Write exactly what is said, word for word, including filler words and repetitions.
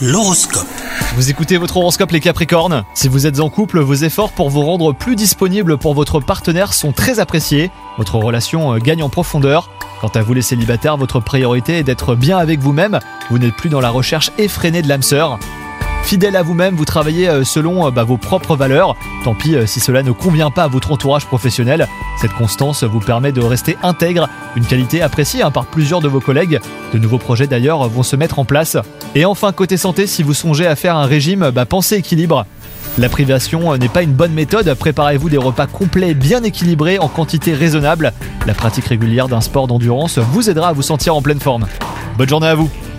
L'horoscope. Vous écoutez votre horoscope les Capricornes. Si vous êtes en couple, vos efforts pour vous rendre plus disponible pour votre partenaire sont très appréciés. Votre relation gagne en profondeur. Quant à vous les célibataires, votre priorité est d'être bien avec vous-même. Vous n'êtes plus dans la recherche effrénée de l'âme sœur. Fidèle à vous-même, vous travaillez selon bah, vos propres valeurs. Tant pis si cela ne convient pas à votre entourage professionnel. Cette constance vous permet de rester intègre, une qualité appréciée hein, par plusieurs de vos collègues. De nouveaux projets d'ailleurs vont se mettre en place. Et enfin, côté santé, si vous songez à faire un régime, bah, pensez équilibre. La privation n'est pas une bonne méthode, préparez-vous des repas complets bien équilibrés en quantité raisonnable. La pratique régulière d'un sport d'endurance vous aidera à vous sentir en pleine forme. Bonne journée à vous!